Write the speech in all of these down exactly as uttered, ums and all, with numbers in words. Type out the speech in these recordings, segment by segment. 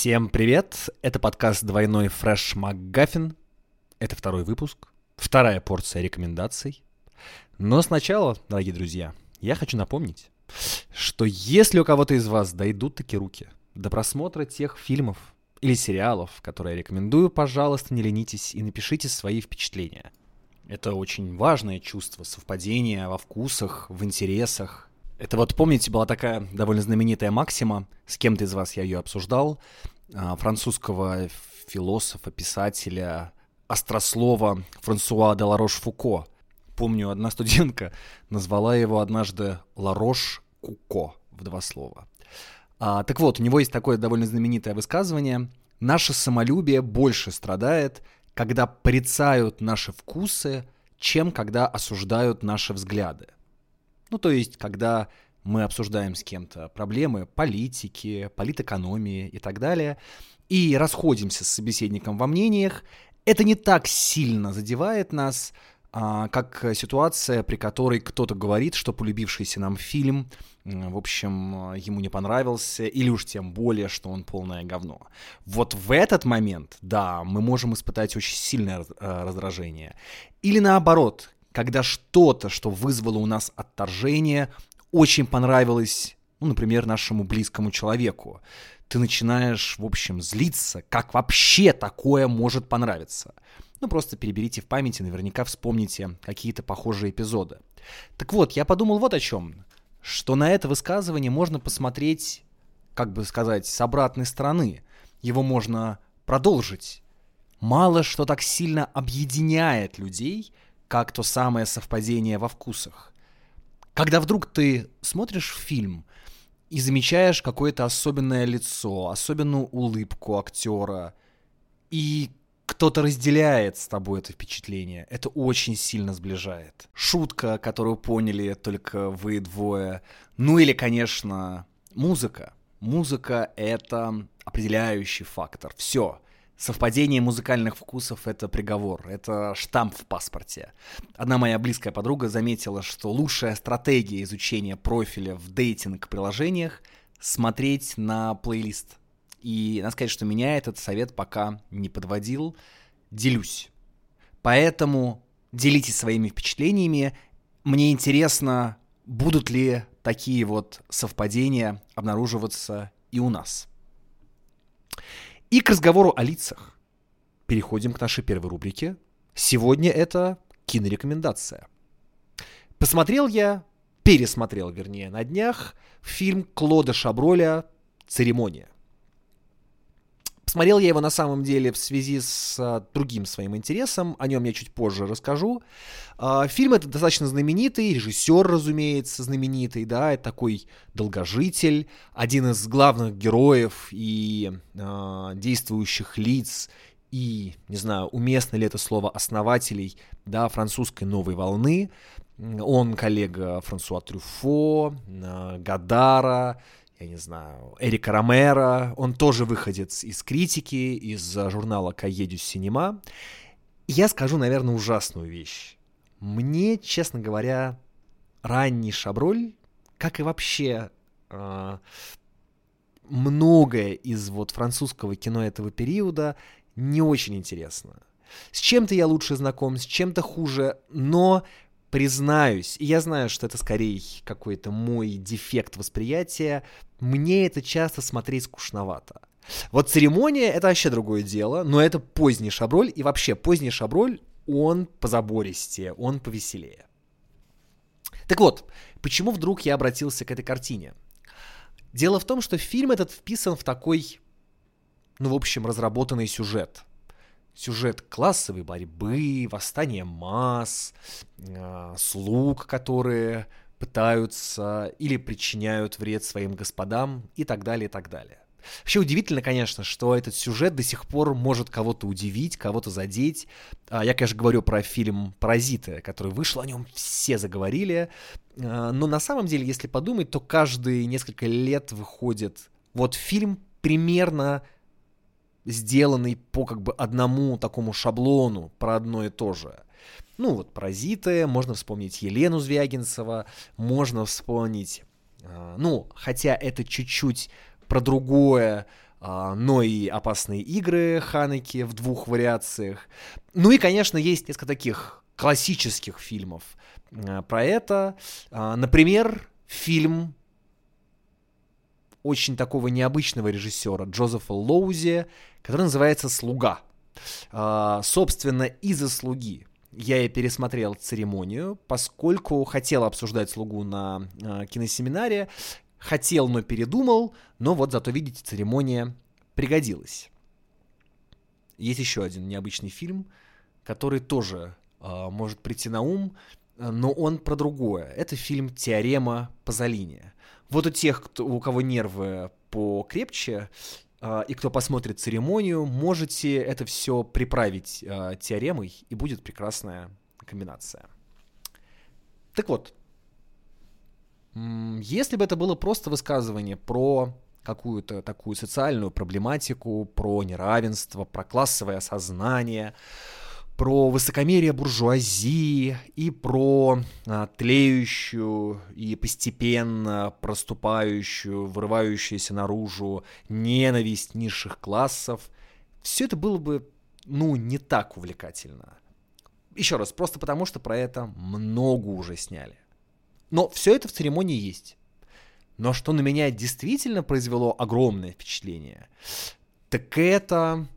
Всем привет! Это подкаст «Двойной фреш МакГаффин». Это второй выпуск, вторая порция рекомендаций. Но сначала, дорогие друзья, я хочу напомнить, что если у кого-то из вас дойдут таки руки до просмотра тех фильмов или сериалов, которые я рекомендую, пожалуйста, не ленитесь и напишите свои впечатления. Это очень важное чувство совпадения во вкусах, в интересах. Это вот, помните, была такая довольно знаменитая максима, с кем-то из вас я ее обсуждал, французского философа, писателя, острослова Франсуа де Ларош-Фуко. Помню, одна студентка назвала его однажды Ларош-Куко в два слова. А, так вот, у него есть такое довольно знаменитое высказывание: «Наше самолюбие больше страдает, когда порицают наши вкусы, чем когда осуждают наши взгляды». Ну, то есть, когда мы обсуждаем с кем-то проблемы политики, политэкономии и так далее, и расходимся с собеседником во мнениях, это не так сильно задевает нас, а, как ситуация, при которой кто-то говорит, что полюбившийся нам фильм, в общем, ему не понравился, или уж тем более, что он полное говно. Вот в этот момент, да, мы можем испытать очень сильное раздражение. Или наоборот, когда что-то, что вызвало у нас отторжение, очень понравилось, ну, например, нашему близкому человеку. Ты начинаешь, в общем, злиться, как вообще такое может понравиться. Ну, просто переберите в памяти, наверняка вспомните какие-то похожие эпизоды. Так вот, я подумал вот о чем, что на это высказывание можно посмотреть, как бы сказать, с обратной стороны. Его можно продолжить. Мало что так сильно объединяет людей, как то самое совпадение во вкусах. Когда вдруг ты смотришь фильм и замечаешь какое-то особенное лицо, особенную улыбку актера, и кто-то разделяет с тобой это впечатление, это очень сильно сближает. Шутка, которую поняли только вы двое. Ну или, конечно, музыка. Музыка — это определяющий фактор. Все. Совпадение музыкальных вкусов — это приговор, это штамп в паспорте. Одна моя близкая подруга заметила, что лучшая стратегия изучения профиля в дейтинг-приложениях — смотреть на плейлист. И надо сказать, что меня этот совет пока не подводил. Делюсь. Поэтому делитесь своими впечатлениями. Мне интересно, будут ли такие вот совпадения обнаруживаться и у нас. И к разговору о лицах переходим к нашей первой рубрике. Сегодня это кинорекомендация. Посмотрел я, пересмотрел, вернее, на днях фильм Клода Шаброля «Церемония». Посмотрел я его на самом деле в связи с а, другим своим интересом, о нем я чуть позже расскажу. А, фильм этот достаточно знаменитый, режиссер, разумеется, знаменитый, да, это такой долгожитель, один из главных героев и а, действующих лиц, и, не знаю, уместно ли это слово, основателей, да, французской новой волны. Он коллега Франсуа Трюффо, а, Годара, я не знаю, Эрика Ромеро, он тоже выходец из критики, из журнала «Кайе дю Синема». Я скажу, наверное, ужасную вещь. Мне, честно говоря, ранний Шаброль, как и вообще э, многое из вот французского кино этого периода, не очень интересно. С чем-то я лучше знаком, с чем-то хуже, но... Признаюсь, и я знаю, что это скорее какой-то мой дефект восприятия, мне это часто смотреть скучновато. Вот «Церемония» — это вообще другое дело, но это поздний Шаброль, и вообще поздний Шаброль, он позабористее, он повеселее. Так вот, почему вдруг я обратился к этой картине? Дело в том, что фильм этот вписан в такой, ну, в общем, разработанный сюжет. Сюжет классовой борьбы, восстания масс, э, слуг, которые пытаются или причиняют вред своим господам и так далее, и так далее. Вообще удивительно, конечно, что этот сюжет до сих пор может кого-то удивить, кого-то задеть. Я, конечно, говорю про фильм «Паразиты», который вышел, о нем все заговорили. Но на самом деле, если подумать, то каждые несколько лет выходит вот фильм примерно сделанный по как бы одному такому шаблону, про одно и то же. Ну вот «Паразиты», можно вспомнить Елену Звягинцева, можно вспомнить, ну, хотя это чуть-чуть про другое, но и «Опасные игры» Ханеке в двух вариациях. Ну и, конечно, есть несколько таких классических фильмов про это. Например, фильм очень такого необычного режиссера Джозефа Лоузи, который называется «Слуга». Собственно, из-за «Слуги» я и пересмотрел «Церемонию», поскольку хотел обсуждать «Слугу» на киносеминаре, хотел, но передумал, но вот зато, видите, «Церемония» пригодилась. Есть еще один необычный фильм, который тоже э, может прийти на ум, но он про другое. Это фильм «Теорема Пазолини». Вот у тех, кто, у кого нервы покрепче, э, и кто посмотрит «Церемонию», можете это все приправить э, теоремой, и будет прекрасная комбинация. Так вот, если бы это было просто высказывание про какую-то такую социальную проблематику, про неравенство, про классовое осознание, про высокомерие буржуазии и про а, тлеющую и постепенно проступающую, вырывающуюся наружу ненависть низших классов, все это было бы, ну, не так увлекательно. Еще раз, просто потому, что про это много уже сняли. Но все это в «Церемонии» есть. Но что на меня действительно произвело огромное впечатление, так это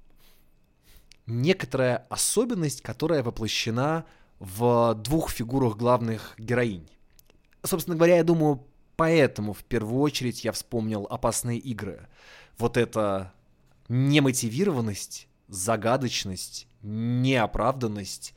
некоторая особенность, которая воплощена в двух фигурах главных героинь. Собственно говоря, я думаю, поэтому в первую очередь я вспомнил «Опасные игры». Вот эта немотивированность, загадочность, неоправданность,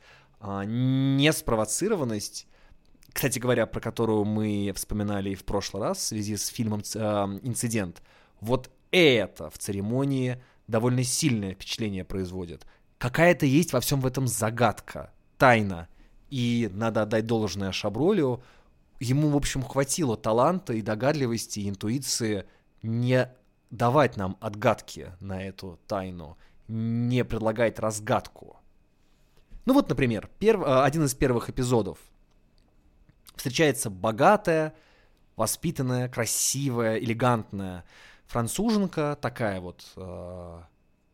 неспровоцированность, кстати говоря, про которую мы вспоминали и в прошлый раз в связи с фильмом «Инцидент», вот это в «Церемонии» довольно сильное впечатление производит. Какая-то есть во всем в этом загадка, тайна. И надо отдать должное Шабролю. Ему, в общем, хватило таланта и догадливости, и интуиции не давать нам отгадки на эту тайну, не предлагать разгадку. Ну вот, например, перв... один из первых эпизодов. Встречается богатая, воспитанная, красивая, элегантная француженка, такая вот э,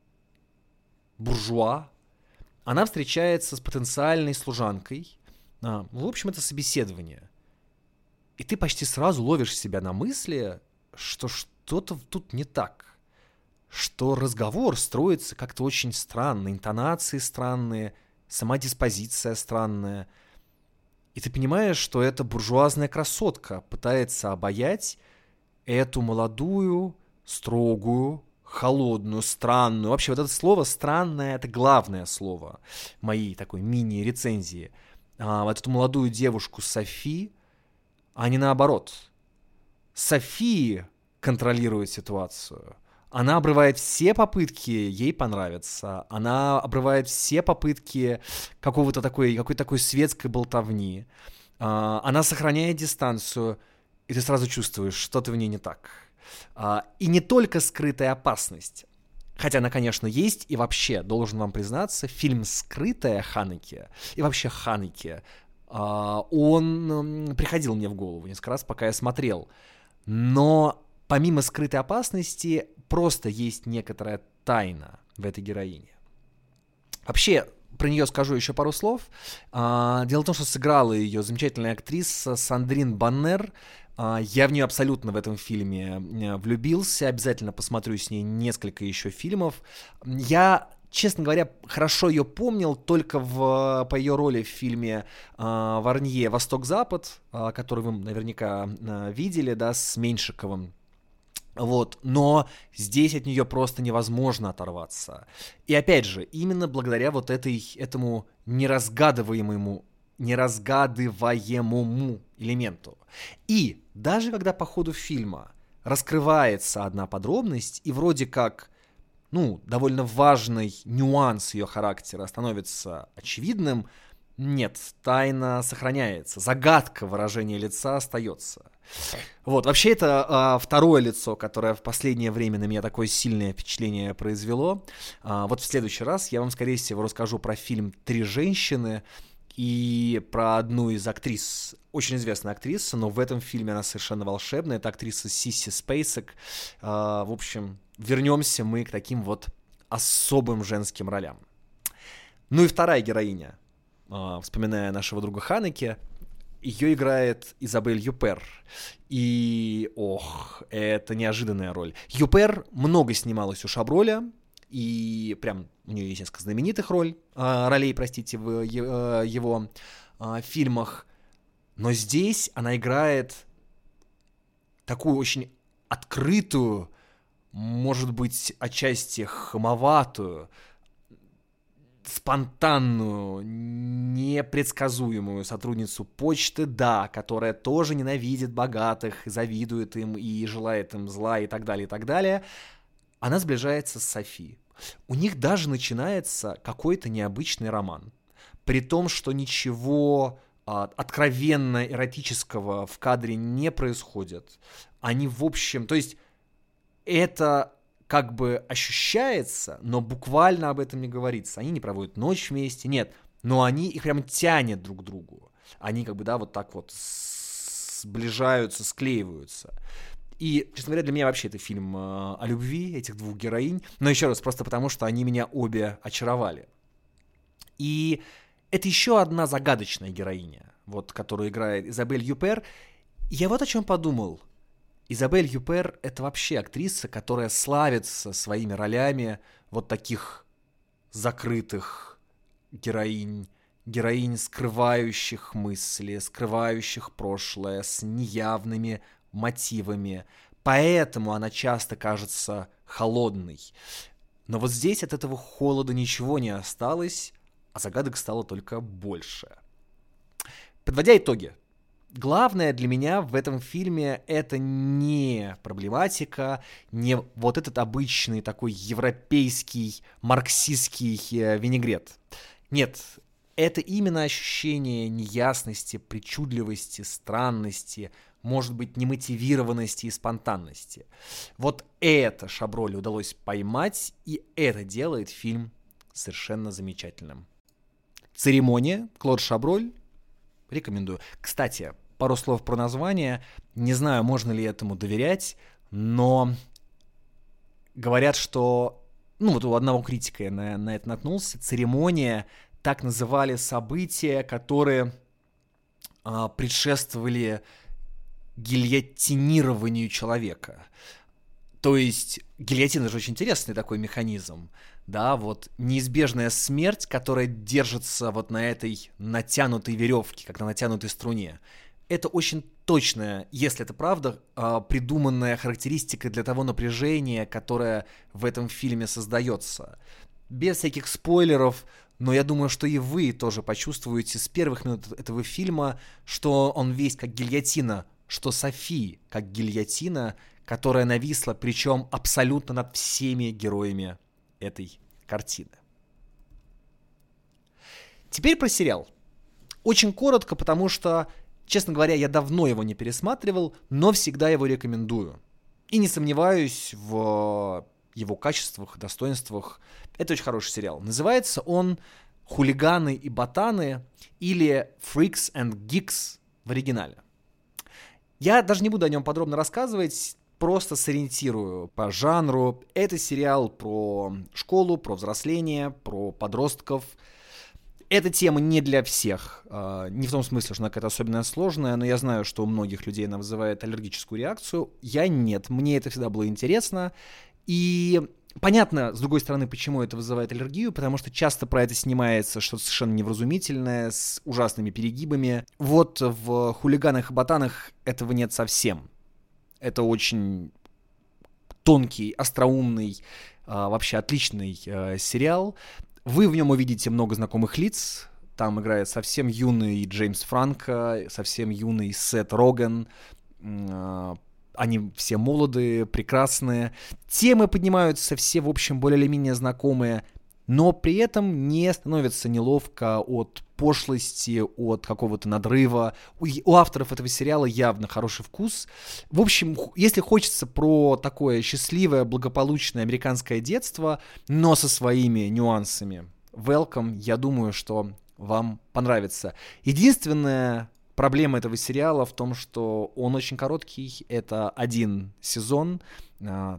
буржуа. Она встречается с потенциальной служанкой. А, в общем, это собеседование. И ты почти сразу ловишь себя на мысли, что что-то тут не так. Что разговор строится как-то очень странно, интонации странные, сама диспозиция странная. И ты понимаешь, что эта буржуазная красотка пытается обаять эту молодую, строгую, холодную, странную. Вообще вот это слово «странное» — это главное слово моей такой мини-рецензии. А, вот эту молодую девушку Софи, а не наоборот. Софи контролирует ситуацию. Она обрывает все попытки ей понравиться. Она обрывает все попытки какого-то такой, какой-то такой светской болтовни. Она сохраняет дистанцию, и ты сразу чувствуешь, что-то в ней не так. И не только скрытая опасность. Хотя она, конечно, есть, и вообще, должен вам признаться, фильм «Скрытая» Ханеке, и вообще Ханеке, он приходил мне в голову несколько раз, пока я смотрел. Но помимо скрытой опасности, просто есть некоторая тайна в этой героине. Вообще, про нее скажу еще пару слов. Дело в том, что сыграла ее замечательная актриса Сандрин Баннер. Я в нее абсолютно в этом фильме влюбился. Обязательно посмотрю с ней несколько еще фильмов. Я, честно говоря, хорошо ее помнил только в, по ее роли в фильме Варнье «Восток-Запад», который вы наверняка видели, да, с Меньшиковым. Вот, но здесь от нее просто невозможно оторваться. И опять же, именно благодаря вот этой, этому неразгадываемому, неразгадываемому элементу. И даже когда по ходу фильма раскрывается одна подробность, и вроде как, ну, довольно важный нюанс ее характера становится очевидным, нет, тайна сохраняется, загадка выражения лица остается. Вот, вообще это а, второе лицо, которое в последнее время на меня такое сильное впечатление произвело. А, вот в следующий раз я вам, скорее всего, расскажу про фильм «Три женщины» и про одну из актрис, очень известная актриса, но в этом фильме она совершенно волшебная. Это актриса Сисси Спейсек. А, в общем, вернемся мы к таким вот особым женским ролям. Ну и вторая героиня, вспоминая нашего друга Ханеке, ее играет Изабель Юпер. И, ох, это неожиданная роль. Юпер много снималась у Шаброля, и прям у нее есть несколько знаменитых роль, ролей, простите, в его фильмах. Но здесь она играет такую очень открытую, может быть, отчасти хамоватую, спонтанную, непредсказуемую сотрудницу почты, да, которая тоже ненавидит богатых, завидует им и желает им зла и так далее, и так далее. Она сближается с Софи. У них даже начинается какой-то необычный роман. При том, что ничего а, откровенно эротического в кадре не происходит. Они, в общем, то есть это как бы ощущается, но буквально об этом не говорится. Они не проводят ночь вместе, нет, но они их прям тянет друг к другу. Они как бы, да, вот так вот сближаются, склеиваются. И, честно говоря, для меня вообще это фильм э, о любви этих двух героинь. Но еще раз, просто потому, что они меня обе очаровали. И это еще одна загадочная героиня, вот, которую играет Изабель Юпер. Я вот о чем подумал. Изабель Юпер — это вообще актриса, которая славится своими ролями вот таких закрытых героинь, героинь, скрывающих мысли, скрывающих прошлое, с неявными мотивами. Поэтому она часто кажется холодной. Но вот здесь от этого холода ничего не осталось, а загадок стало только больше. Подводя итоги. Главное для меня в этом фильме это не проблематика, не вот этот обычный такой европейский марксистский винегрет. Нет, это именно ощущение неясности, причудливости, странности, может быть, немотивированности и спонтанности. Вот это Шабролю удалось поймать, и это делает фильм совершенно замечательным. «Церемония», Клод Шаброль. Рекомендую. Кстати, пару слов про название. Не знаю, можно ли этому доверять, но говорят, что... Ну, вот у одного критика я на, на это наткнулся. «Церемония» — так называли события, которые а, предшествовали гильотинированию человека. То есть гильотина же очень интересный такой механизм. Да, вот неизбежная смерть, которая держится вот на этой натянутой веревке, как на натянутой струне. Это очень точная, если это правда, придуманная характеристика для того напряжения, которое в этом фильме создается. Без всяких спойлеров, но я думаю, что и вы тоже почувствуете с первых минут этого фильма, что он весь как гильотина, что Софи как гильотина, которая нависла, причем абсолютно над всеми героями этой картины. Теперь про сериал. Очень коротко, потому что, честно говоря, я давно его не пересматривал, но всегда его рекомендую. И не сомневаюсь в его качествах, достоинствах. Это очень хороший сериал. Называется он «Хулиганы и ботаны» или «Freaks and Geeks» в оригинале. Я даже не буду о нем подробно рассказывать, просто сориентирую по жанру. Это сериал про школу, про взросление, про подростков. Эта тема не для всех. Не в том смысле, что она какая-то особенно сложная, но я знаю, что у многих людей она вызывает аллергическую реакцию. Я нет. Мне это всегда было интересно. И понятно, с другой стороны, почему это вызывает аллергию, потому что часто про это снимается что-то совершенно невразумительное, с ужасными перегибами. Вот в «Хулиганах и ботанах» этого нет совсем. Это очень тонкий, остроумный, вообще отличный сериал. Вы в нем увидите много знакомых лиц. Там играет совсем юный Джеймс Франко, совсем юный Сет Роген. Они все молодые, прекрасные. Темы поднимаются все, в общем, более или менее знакомые, но при этом не становится неловко от пошлости, от какого-то надрыва. У, у авторов этого сериала явно хороший вкус. В общем, если хочется про такое счастливое, благополучное американское детство, но со своими нюансами, welcome, я думаю, что вам понравится. Единственное... Проблема этого сериала в том, что он очень короткий, это один сезон, там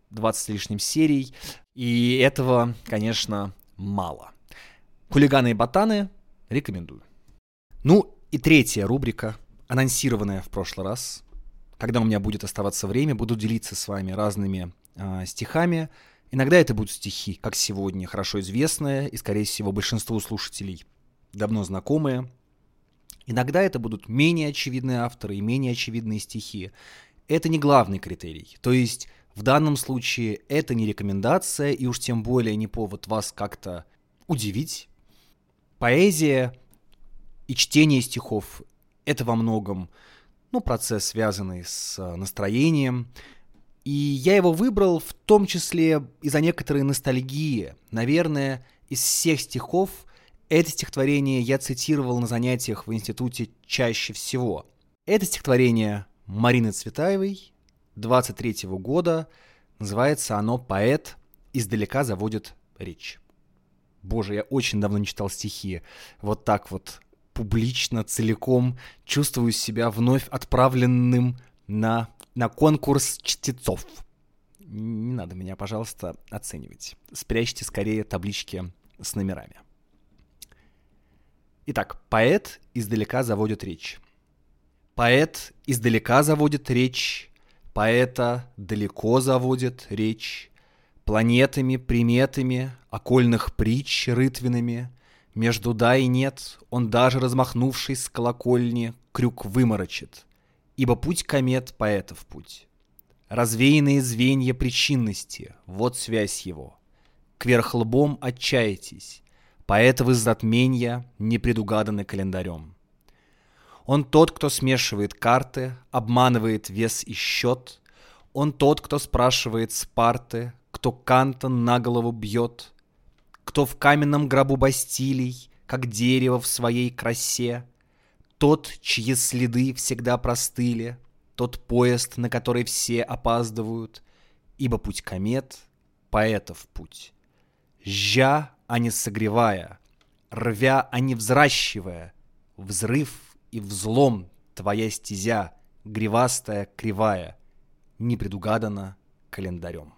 двадцать с лишним серий, и этого, конечно, мало. «Хулиганы и ботаны» рекомендую. Ну и третья рубрика, анонсированная в прошлый раз. Когда у меня будет оставаться время, буду делиться с вами разными э, стихами. Иногда это будут стихи, как сегодня, хорошо известные и, скорее всего, большинству слушателей давно знакомые. Иногда это будут менее очевидные авторы и менее очевидные стихи. Это не главный критерий. То есть в данном случае это не рекомендация и уж тем более не повод вас как-то удивить. Поэзия и чтение стихов — это во многом, ну, процесс, связанный с настроением. И я его выбрал в том числе из-за некоторой ностальгии. Наверное, из всех стихов это стихотворение я цитировал на занятиях в институте чаще всего. Это стихотворение Марины Цветаевой двадцать третьего года. Называется оно «Поэт издалека заводит речь». Боже, я очень давно не читал стихи. Вот так вот публично, целиком чувствую себя вновь отправленным на, на конкурс чтецов. Не надо меня, пожалуйста, оценивать. Спрячьте скорее таблички с номерами. Итак, поэт издалека заводит речь. Поэт издалека заводит речь, поэта далеко заводит речь, планетами, приметами, окольных притч рытвинами, между да и нет он даже, размахнувшись с колокольни, крюк выморочит, ибо путь комет — поэтов путь. Развеянные звенья причинности — вот связь его. Кверх лбом отчаетесь, поэтовы затменья не предугаданы календарем. Он тот, кто смешивает карты, обманывает вес и счет. Он тот, кто спрашивает с парты, кто Канта на голову бьет, кто в каменном гробу Бастилий, как дерево в своей красе, тот, чьи следы всегда простыли, тот поезд, на который все опаздывают, ибо путь комет — поэтов путь. Жжа, а не согревая, рвя, а не взращивая, взрыв и взлом твоя стезя, гривастая, кривая, не предугадана календарем.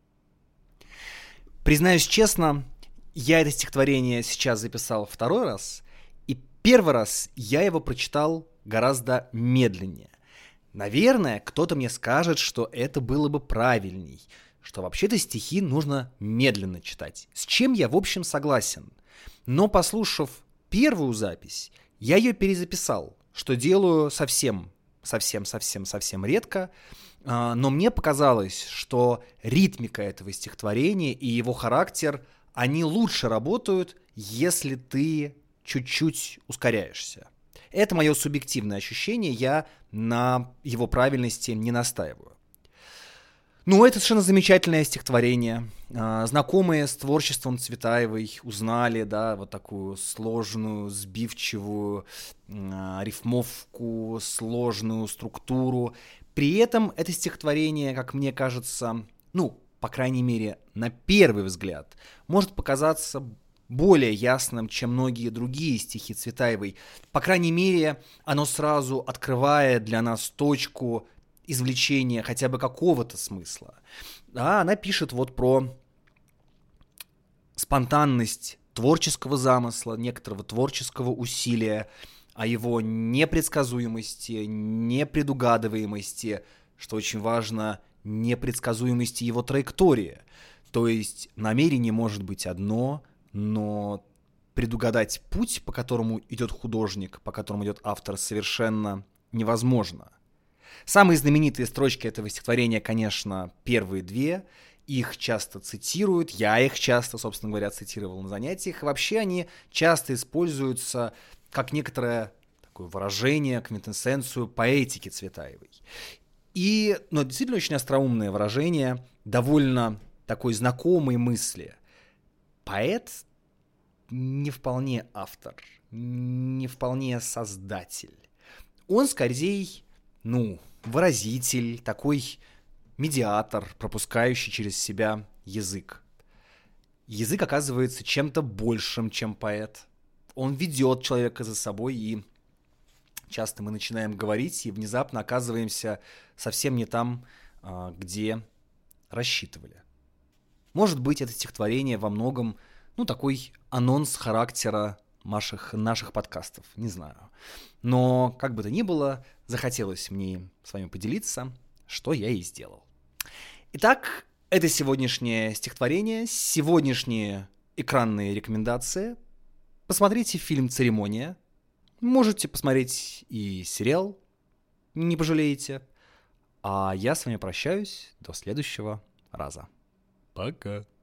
Признаюсь честно, я это стихотворение сейчас записал второй раз, и первый раз я его прочитал гораздо медленнее. Наверное, кто-то мне скажет, что это было бы правильней, что вообще-то стихи нужно медленно читать, с чем я, в общем, согласен. Но, послушав первую запись, я ее перезаписал, что делаю совсем, совсем, совсем, совсем редко, но мне показалось, что ритмика этого стихотворения и его характер, они лучше работают, если ты чуть-чуть ускоряешься. Это мое субъективное ощущение, я на его правильности не настаиваю. Ну, это совершенно замечательное стихотворение. Знакомые с творчеством Цветаевой узнали, да, вот такую сложную, сбивчивую рифмовку, сложную структуру. При этом это стихотворение, как мне кажется, ну, по крайней мере, на первый взгляд, может показаться более ясным, чем многие другие стихи Цветаевой. По крайней мере, оно сразу открывает для нас точку извлечения хотя бы какого-то смысла. А она пишет вот про спонтанность творческого замысла, некоторого творческого усилия, о его непредсказуемости, непредугадываемости, что очень важно, непредсказуемости его траектории. То есть намерение может быть одно, но предугадать путь, по которому идет художник, по которому идет автор, совершенно невозможно. Самые знаменитые строчки этого стихотворения, конечно, первые две. Их часто цитируют, я их часто, собственно говоря, цитировал на занятиях. И вообще они часто используются как некоторое такое выражение, квинтэссенцию поэтики Цветаевой. И, ну, действительно очень остроумное выражение, довольно такой знакомой мысли. Поэт не вполне автор, не вполне создатель. Он скорее, ну, выразитель, такой медиатор, пропускающий через себя язык. Язык оказывается чем-то большим, чем поэт. Он ведет человека за собой, и часто мы начинаем говорить, и внезапно оказываемся совсем не там, где рассчитывали. Может быть, это стихотворение во многом, ну, такой анонс характера наших, наших подкастов, не знаю. Но, как бы то ни было, захотелось мне с вами поделиться, что я и сделал. Итак, это сегодняшнее стихотворение, сегодняшние экранные рекомендации. Посмотрите фильм «Церемония». Можете посмотреть и сериал, не пожалеете. А я с вами прощаюсь до следующего раза. Пока.